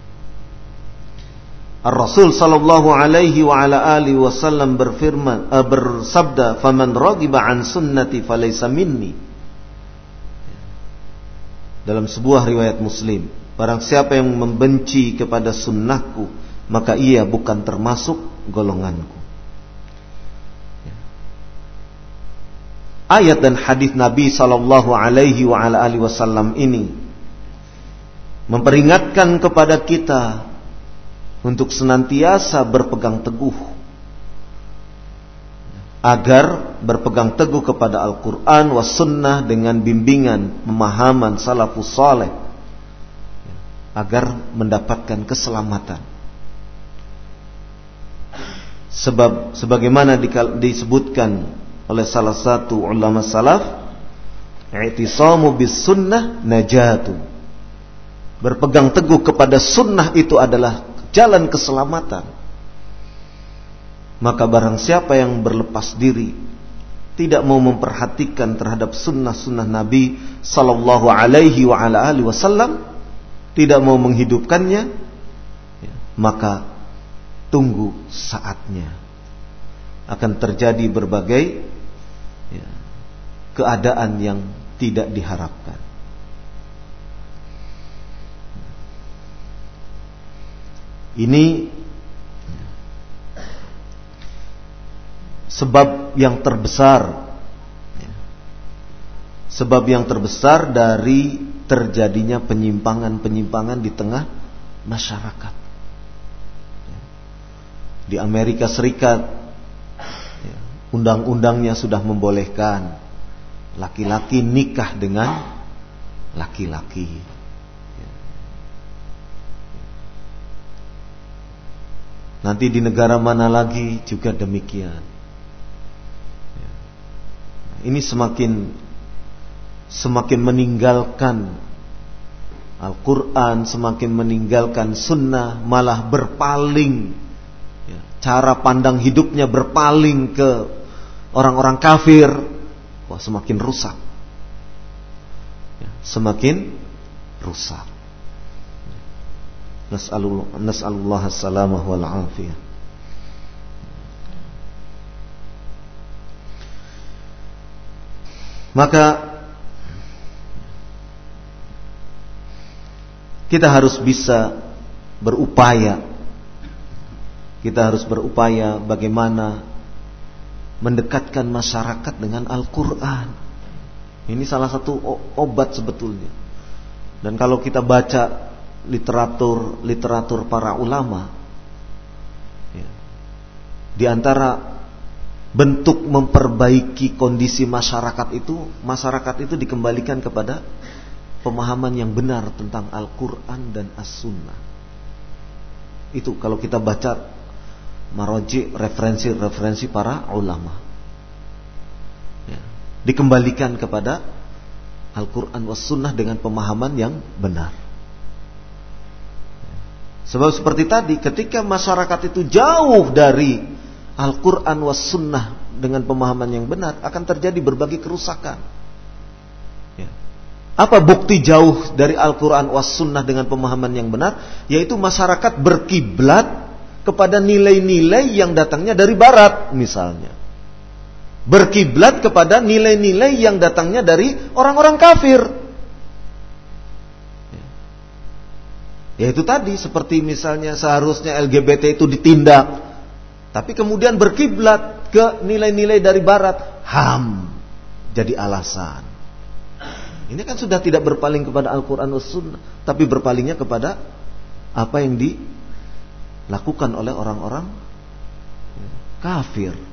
Ar-Rasul sallallahu alaihi wa ala alihi wasallam berfirman, uh, bersabda, "Faman raghiba an sunnati falaysa minni." Dalam sebuah riwayat Muslim, barang siapa yang membenci kepada sunnahku, maka ia bukan termasuk golonganku. Ayat dan hadis Nabi sallallahu alaihi wa ala alihi wasallam ini memperingatkan kepada kita untuk senantiasa berpegang teguh, agar berpegang teguh kepada Al-Quran was sunnah dengan bimbingan pemahaman salafus saleh, agar mendapatkan keselamatan. Sebab sebagaimana disebutkan oleh salah satu ulama salaf, i'tisamu bis sunnah najatu. Berpegang teguh kepada sunnah itu adalah jalan keselamatan. Maka barang siapa yang berlepas diri, tidak mau memperhatikan terhadap sunnah-sunnah Nabi sallallahu alaihi wa ala alihi wasallam, tidak mau menghidupkannya, maka tunggu saatnya akan terjadi berbagai ya, keadaan yang tidak diharapkan. Ini sebab yang terbesar, sebab yang terbesar dari terjadinya penyimpangan-penyimpangan di tengah masyarakat. Di Amerika Serikat, undang-undangnya sudah membolehkan laki-laki nikah dengan laki-laki. Nanti di negara mana lagi juga demikian. Ini semakin semakin meninggalkan Al-Quran, semakin meninggalkan sunnah, malah berpaling, cara pandang hidupnya berpaling ke orang-orang kafir. Wah, semakin rusak, semakin rusak. Nas'alullah nas'alullah as-salamah wal afiyah. Maka kita harus bisa berupaya, kita harus berupaya bagaimana mendekatkan masyarakat dengan Al-Quran. Ini salah satu obat sebetulnya. Dan kalau kita baca literatur literatur para ulama, ya, di antara bentuk memperbaiki kondisi masyarakat itu, masyarakat itu dikembalikan kepada pemahaman yang benar tentang Al-Quran dan As-Sunnah. Itu kalau kita baca maroji, referensi-referensi para ulama, ya, dikembalikan kepada Al-Quran was Sunnah dengan pemahaman yang benar. Sebab seperti tadi, ketika masyarakat itu jauh dari Al-Quran was Sunnah dengan pemahaman yang benar, akan terjadi berbagai kerusakan. Ya. Apa bukti jauh dari Al-Quran was Sunnah dengan pemahaman yang benar? Yaitu masyarakat berkiblat kepada nilai-nilai yang datangnya dari Barat, misalnya. Berkiblat kepada nilai-nilai yang datangnya dari orang-orang kafir. Yaitu tadi, seperti misalnya seharusnya L G B T itu ditindak, tapi kemudian berkiblat ke nilai-nilai dari Barat, H A M jadi alasan. Ini kan sudah tidak berpaling kepada Al-Quran was Sunnah, tapi berpalingnya kepada apa yang dilakukan oleh orang-orang kafir.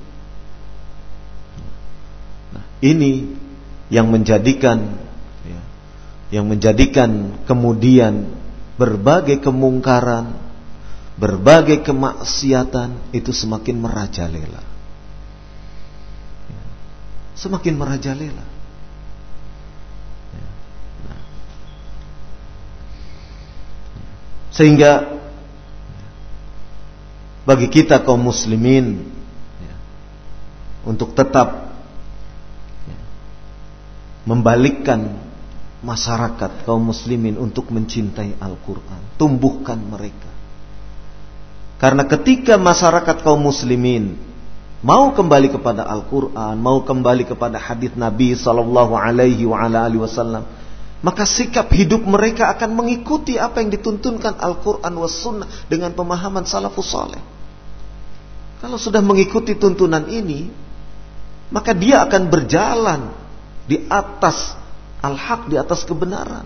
Nah, ini yang menjadikan yang menjadikan kemudian berbagai kemungkaran, berbagai kemaksiatan itu semakin merajalela. Semakin merajalela. Sehingga bagi kita kaum muslimin untuk tetap membalikkan masyarakat kaum muslimin untuk mencintai Al-Quran, tumbuhkan mereka. Karena ketika masyarakat kaum muslimin mau kembali kepada Al-Quran, mau kembali kepada hadits Nabi sallallahu alaihi wasallam, maka sikap hidup mereka akan mengikuti apa yang dituntunkan Al-Quran was Sunnah dengan pemahaman salafus saleh. Kalau sudah mengikuti tuntunan ini, maka dia akan berjalan di atas al-haq, di atas kebenaran.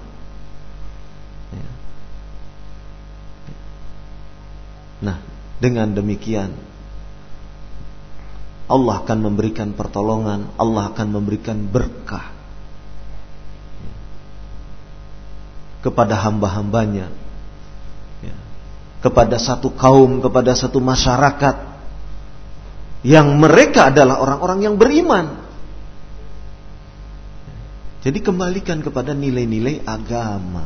Nah, dengan demikian Allah akan memberikan pertolongan, Allah akan memberikan berkah kepada hamba-hambanya, kepada satu kaum, kepada satu masyarakat yang mereka adalah orang-orang yang beriman. Jadi kembalikan kepada nilai-nilai agama.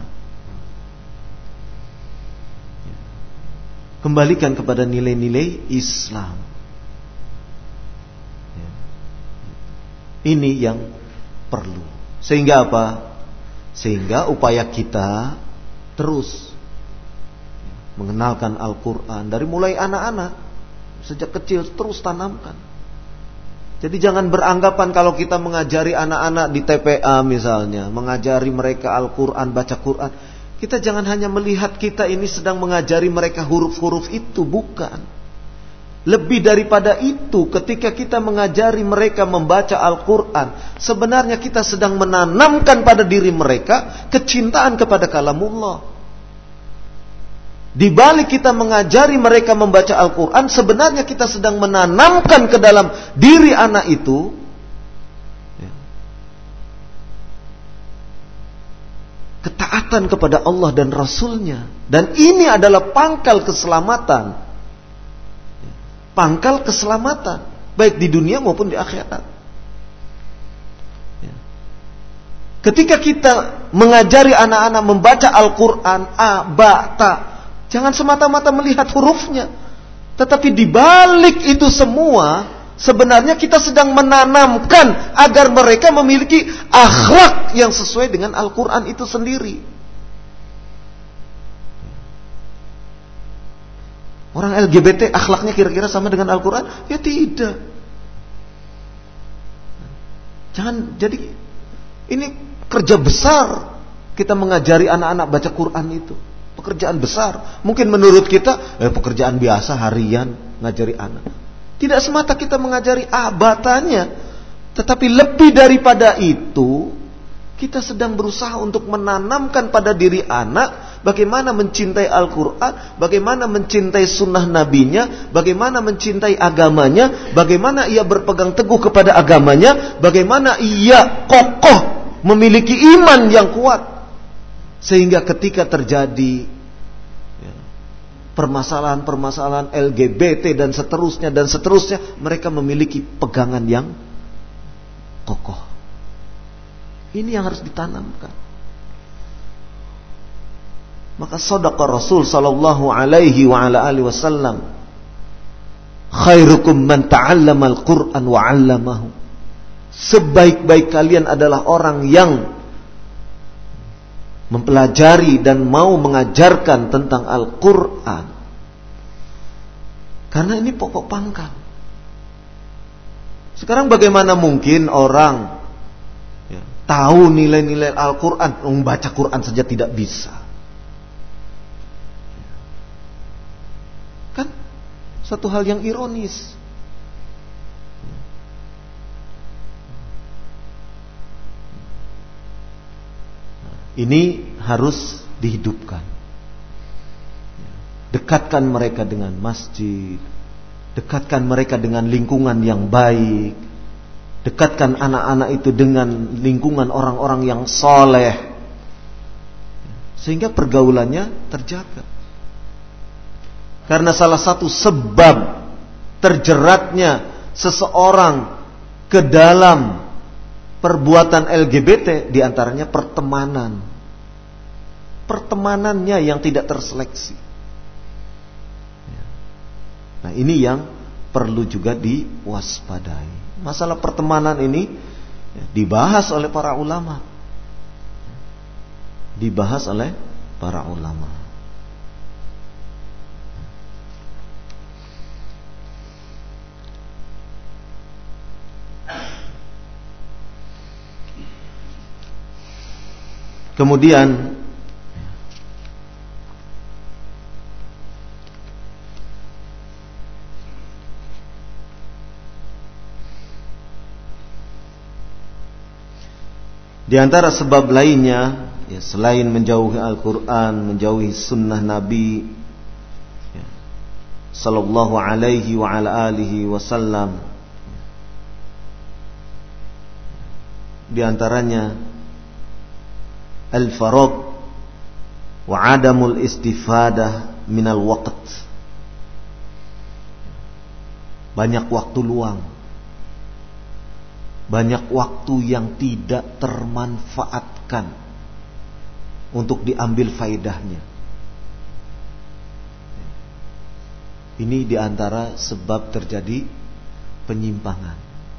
Kembalikan kepada nilai-nilai Islam. Ini yang perlu. Sehingga apa? Sehingga upaya kita terus mengenalkan Al-Quran dari mulai anak-anak, sejak kecil terus tanamkan. Jadi jangan beranggapan kalau kita mengajari anak-anak di T P A misalnya, mengajari mereka Al-Quran, baca Quran, Kita jangan hanya melihat kita ini sedang mengajari mereka huruf-huruf itu, bukan. Lebih daripada itu, ketika kita mengajari mereka membaca Al-Quran, sebenarnya kita sedang menanamkan pada diri mereka kecintaan kepada kalamullah. Di balik kita mengajari mereka membaca Al-Quran, sebenarnya kita sedang menanamkan ke dalam diri anak itu ketaatan kepada Allah dan Rasulnya. Dan ini adalah pangkal keselamatan. Pangkal keselamatan, baik di dunia maupun di akhirat. Ketika kita mengajari anak-anak membaca Al-Quran, a, ba, ta, jangan semata-mata melihat hurufnya, tetapi di balik itu semua, sebenarnya kita sedang menanamkan agar mereka memiliki akhlak yang sesuai dengan Al-Quran itu sendiri. Orang L G B T akhlaknya kira-kira sama dengan Al-Quran? Ya tidak. Jangan, jadi ini kerja besar kita mengajari anak-anak baca Quran itu. Pekerjaan besar. Mungkin menurut kita eh, pekerjaan biasa harian ngajari anak. Tidak semata kita mengajari abatanya, tetapi lebih daripada itu, kita sedang berusaha untuk menanamkan pada diri anak bagaimana mencintai Al-Quran, bagaimana mencintai sunnah nabinya, bagaimana mencintai agamanya, bagaimana ia berpegang teguh kepada agamanya, bagaimana ia kokoh memiliki iman yang kuat. Sehingga ketika terjadi ya, permasalahan-permasalahan L G B T dan seterusnya dan seterusnya, mereka memiliki pegangan yang kokoh. Ini yang harus ditanamkan. Maka shadaqa Rasul sallallahu alaihi wa ala alihi wasallam, khairukum man ta'allama al-Qur'an wa 'allamahu. Sebaik-baik kalian adalah orang yang mempelajari dan mau mengajarkan tentang Al-Quran. Karena ini pokok pangkal. Sekarang bagaimana mungkin orang ya, tahu nilai-nilai Al-Quran, membaca Quran saja tidak bisa? Kan satu hal yang ironis. Ini harus dihidupkan. Dekatkan mereka dengan masjid, dekatkan mereka dengan lingkungan yang baik, dekatkan anak-anak itu dengan lingkungan orang-orang yang soleh, sehingga pergaulannya terjaga. Karena salah satu sebab terjeratnya seseorang ke dalam perbuatan L G B T diantaranya pertemanan. Pertemanannya yang tidak terseleksi. Nah, ini yang perlu juga diwaspadai. Masalah pertemanan ini dibahas oleh para ulama. Dibahas oleh para ulama. Kemudian di antara sebab lainnya ya, selain menjauhi Al-Quran, menjauhi sunnah Nabi ya, sallallahu alaihi wa ala alihi wasallam, di antaranya al-faragh wa adamul istifadah minal waqt. Banyak waktu luang, banyak waktu yang tidak termanfaatkan untuk diambil faedahnya. Ini diantara sebab terjadi penyimpangan.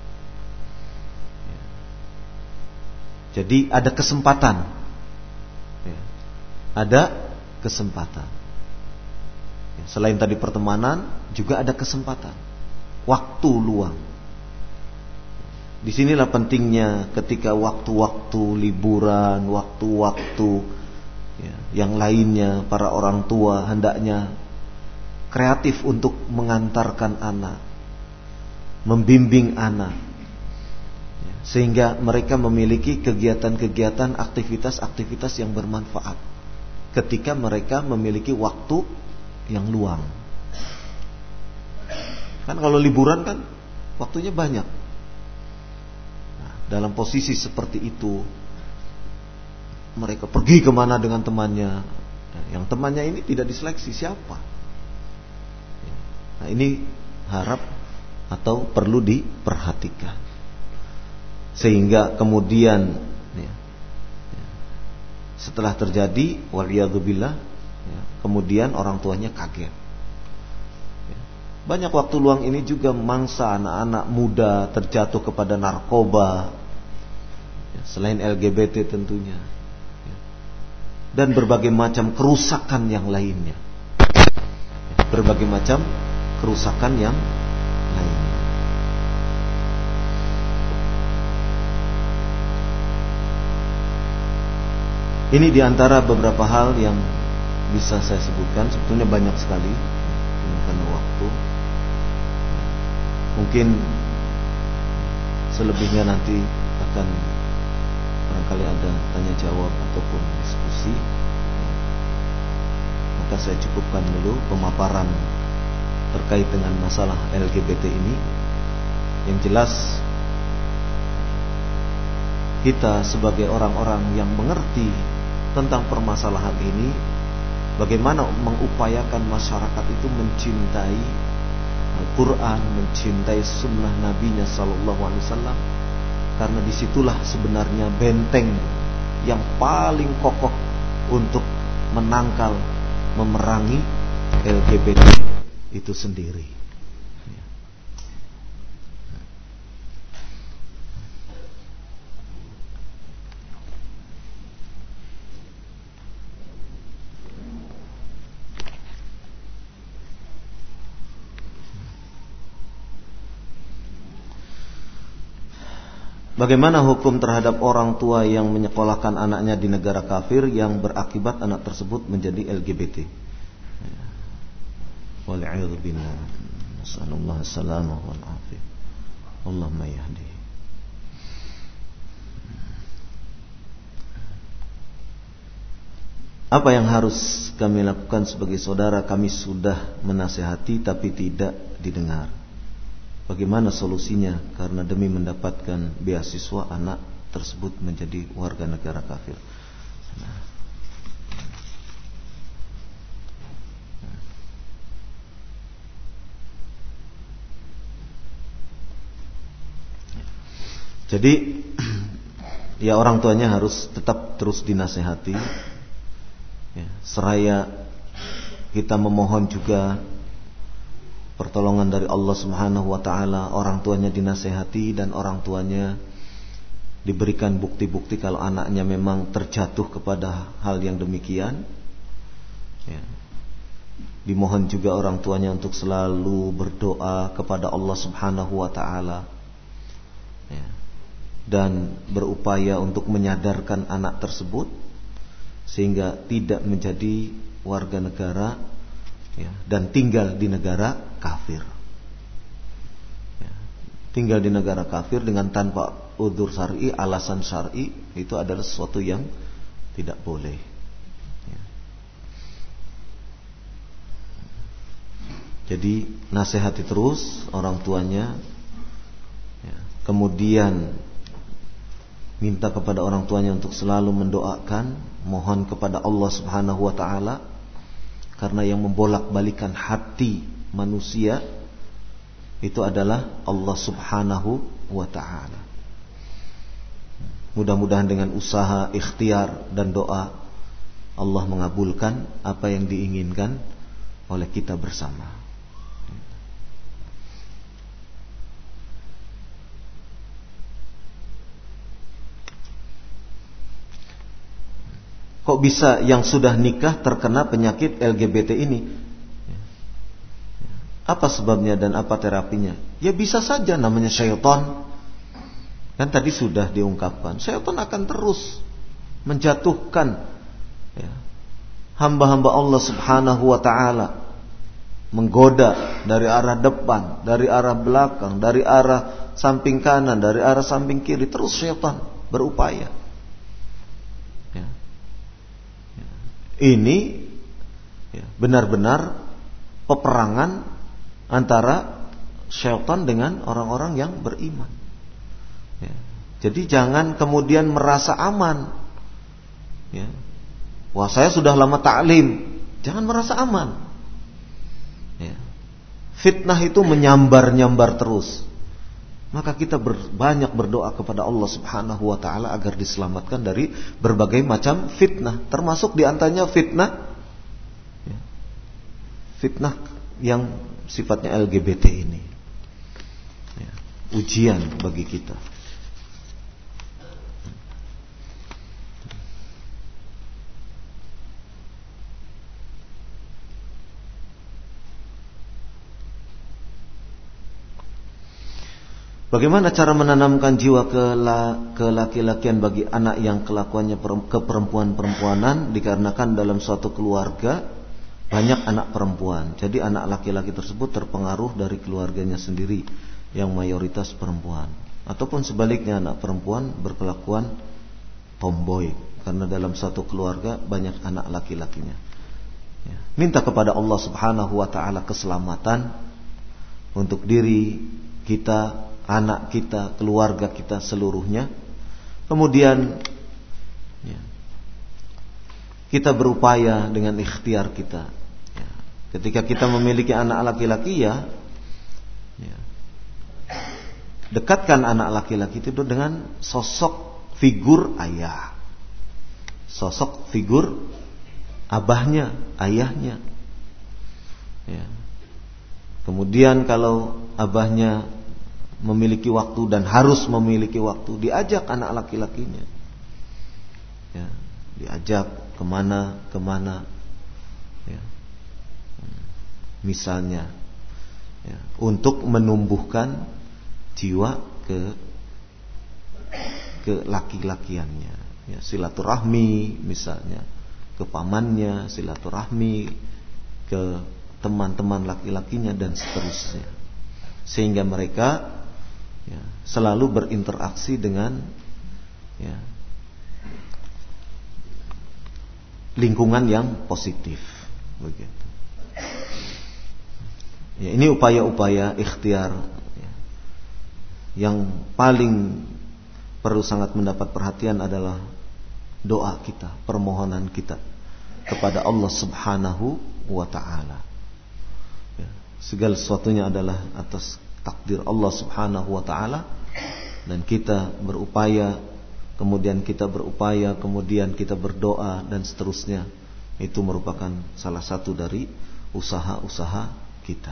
Jadi ada kesempatan, ada kesempatan. Selain tadi pertemanan, juga ada kesempatan, waktu luang. Disinilah pentingnya ketika waktu-waktu liburan, waktu-waktu ya, yang lainnya, para orang tua hendaknya kreatif untuk mengantarkan anak, membimbing anak, ya, sehingga mereka memiliki kegiatan-kegiatan, aktivitas-aktivitas yang bermanfaat ketika mereka memiliki waktu yang luang. Kan kalau liburan kan waktunya banyak. Nah, dalam posisi seperti itu, mereka pergi kemana dengan temannya. Nah, yang temannya ini tidak diseleksi siapa. Nah, ini harap atau perlu diperhatikan, sehingga kemudian ya, setelah terjadi waliyadzubillah, ya, kemudian orang tuanya kaget. Banyak waktu luang ini juga mangsa anak-anak muda terjatuh kepada narkoba, ya, selain L G B T tentunya, ya, dan berbagai macam kerusakan yang lainnya, ya, berbagai macam kerusakan yang lainnya. Ini diantara beberapa hal yang bisa saya sebutkan. Sebetulnya banyak sekali, karena waktu. Mungkin selebihnya nanti akan barangkali ada tanya jawab ataupun diskusi. Maka saya cukupkan dulu pemaparan terkait dengan masalah L G B T ini. Yang jelas kita sebagai orang-orang yang mengerti tentang permasalahan ini, bagaimana mengupayakan masyarakat itu mencintai Al-Quran, mencintai sunnah Nabi-Nya Sallallahu Alaihi Wasallam, karena disitulah sebenarnya benteng yang paling kokoh untuk menangkal, memerangi L G B T itu sendiri. Bagaimana hukum terhadap orang tua yang menyekolahkan anaknya di negara kafir yang berakibat anak tersebut menjadi L G B T? Wal'iyadzubillah. Nasallallahu salamah wal afiyah. Allahumma yahdi. Apa yang harus kami lakukan sebagai saudara? Kami sudah menasihati tapi tidak didengar. Bagaimana solusinya? Karena demi mendapatkan beasiswa anak tersebut menjadi warga negara kafir. Nah. Jadi ya orang tuanya harus tetap terus dinasehati, ya, seraya kita memohon juga pertolongan dari Allah Subhanahu wa taala. Orang tuanya dinasehati dan orang tuanya diberikan bukti-bukti kalau anaknya memang terjatuh kepada hal yang demikian, ya. Dimohon juga orang tuanya untuk selalu berdoa kepada Allah Subhanahu wa taala, ya, dan berupaya untuk menyadarkan anak tersebut sehingga tidak menjadi warga negara, ya, dan tinggal di negara kafir, ya, tinggal di negara kafir dengan tanpa udzur syar'i, alasan syar'i, itu adalah sesuatu yang tidak boleh, ya. Jadi nasihati terus orang tuanya, ya, kemudian minta kepada orang tuanya untuk selalu mendoakan, mohon kepada Allah Subhanahu wa taala, karena yang membolak-balikan hati manusia itu adalah Allah Subhanahu wa ta'ala. Mudah-mudahan dengan usaha, ikhtiar dan doa, Allah mengabulkan apa yang diinginkan oleh kita bersama. Kok bisa yang sudah nikah terkena penyakit L G B T ini? Apa sebabnya dan apa terapinya? Ya bisa saja, namanya syaitan. Kan tadi sudah diungkapkan, syaitan akan terus menjatuhkan, ya, hamba-hamba Allah Subhanahu wa ta'ala menggoda dari arah depan, dari arah belakang, dari arah samping kanan, dari arah samping kiri, terus syaitan berupaya. Ya. Ya. Ini ya, benar-benar peperangan antara syaitan dengan orang-orang yang beriman. Ya. Jadi jangan kemudian merasa aman. Ya. Wah, saya sudah lama taklim, jangan merasa aman. Ya. Fitnah itu menyambar-nyambar terus. Maka kita ber, banyak berdoa kepada Allah Subhanahu wa ta'ala agar diselamatkan dari berbagai macam fitnah, termasuk diantaranya fitnah ya, fitnah yang sifatnya L G B T ini ya, ujian bagi kita. Bagaimana cara menanamkan jiwa kelaki-lakian bagi anak yang kelakuannya keperempuan-perempuanan, dikarenakan dalam suatu keluarga banyak anak perempuan. Jadi anak laki-laki tersebut terpengaruh dari keluarganya sendiri yang mayoritas perempuan. Ataupun sebaliknya, anak perempuan berkelakuan tomboy karena dalam suatu keluarga banyak anak laki-lakinya. Ya. Minta kepada Allah Subhanahu wa ta'ala keselamatan untuk diri kita, anak kita, keluarga kita seluruhnya. Kemudian ya, kita berupaya dengan ikhtiar kita ya. Ketika kita memiliki anak laki-laki ya, ya dekatkan anak laki-laki itu dengan sosok figur ayah, sosok figur abahnya, ayahnya ya. Kemudian kalau abahnya memiliki waktu dan harus memiliki waktu, diajak anak laki-lakinya ya, diajak kemana kemana ya, misalnya ya, untuk menumbuhkan jiwa ke ke laki-lakiannya ya, silaturahmi misalnya ke pamannya, silaturahmi ke teman-teman laki-lakinya dan seterusnya, sehingga mereka ya, selalu berinteraksi dengan ya, lingkungan yang positif begitu. Ya, ini upaya-upaya ikhtiar ya. Yang paling perlu sangat mendapat perhatian adalah doa kita, permohonan kita kepada Allah Subhanahu wa ta'ala ya. Segala sesuatunya adalah atas takdir Allah Subhanahu wa ta'ala, dan kita berupaya, kemudian kita berupaya, kemudian kita berdoa dan seterusnya. Itu merupakan salah satu dari usaha-usaha kita.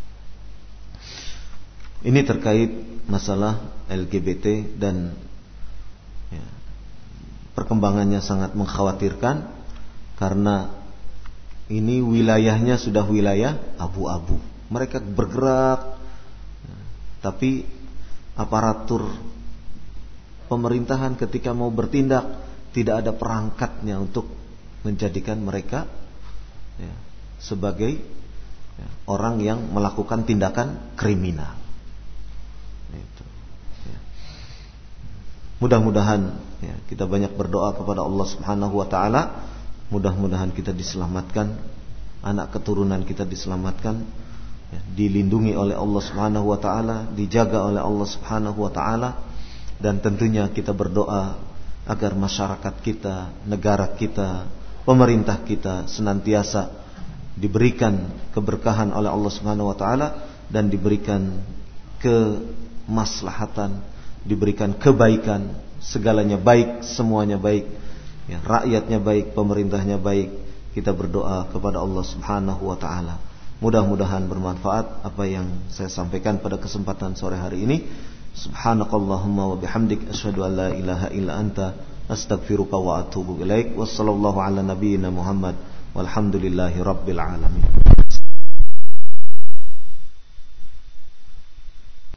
Ini terkait masalah L G B T dan ya, perkembangannya sangat mengkhawatirkan karena ini wilayahnya sudah wilayah abu-abu. Mereka bergerak, tapi aparatur pemerintahan ketika mau bertindak tidak ada perangkatnya untuk menjadikan mereka ya, sebagai ya, orang yang melakukan tindakan kriminal. Itu, ya. Mudah-mudahan ya, kita banyak berdoa kepada Allah Subhanahu wa ta'ala. Mudah-mudahan kita diselamatkan, anak keturunan kita diselamatkan, ya, dilindungi oleh Allah Subhanahu wa ta'ala, dijaga oleh Allah Subhanahu wa ta'ala. Dan tentunya kita berdoa agar masyarakat kita, negara kita, pemerintah kita senantiasa diberikan keberkahan oleh Allah Subhanahu wa ta'ala, dan diberikan kemaslahatan, diberikan kebaikan, segalanya baik, semuanya baik ya, rakyatnya baik, pemerintahnya baik. Kita berdoa kepada Allah Subhanahu wa ta'ala. Mudah-mudahan bermanfaat apa yang saya sampaikan pada kesempatan sore hari ini. Subhanakallahumma wa bihamdik, asyhadu an la ilaha illa anta, astaghfiruka wa atubu ilaik. Wassallallahu ala nabiyyina Muhammad walhamdulillahi rabbil alamin.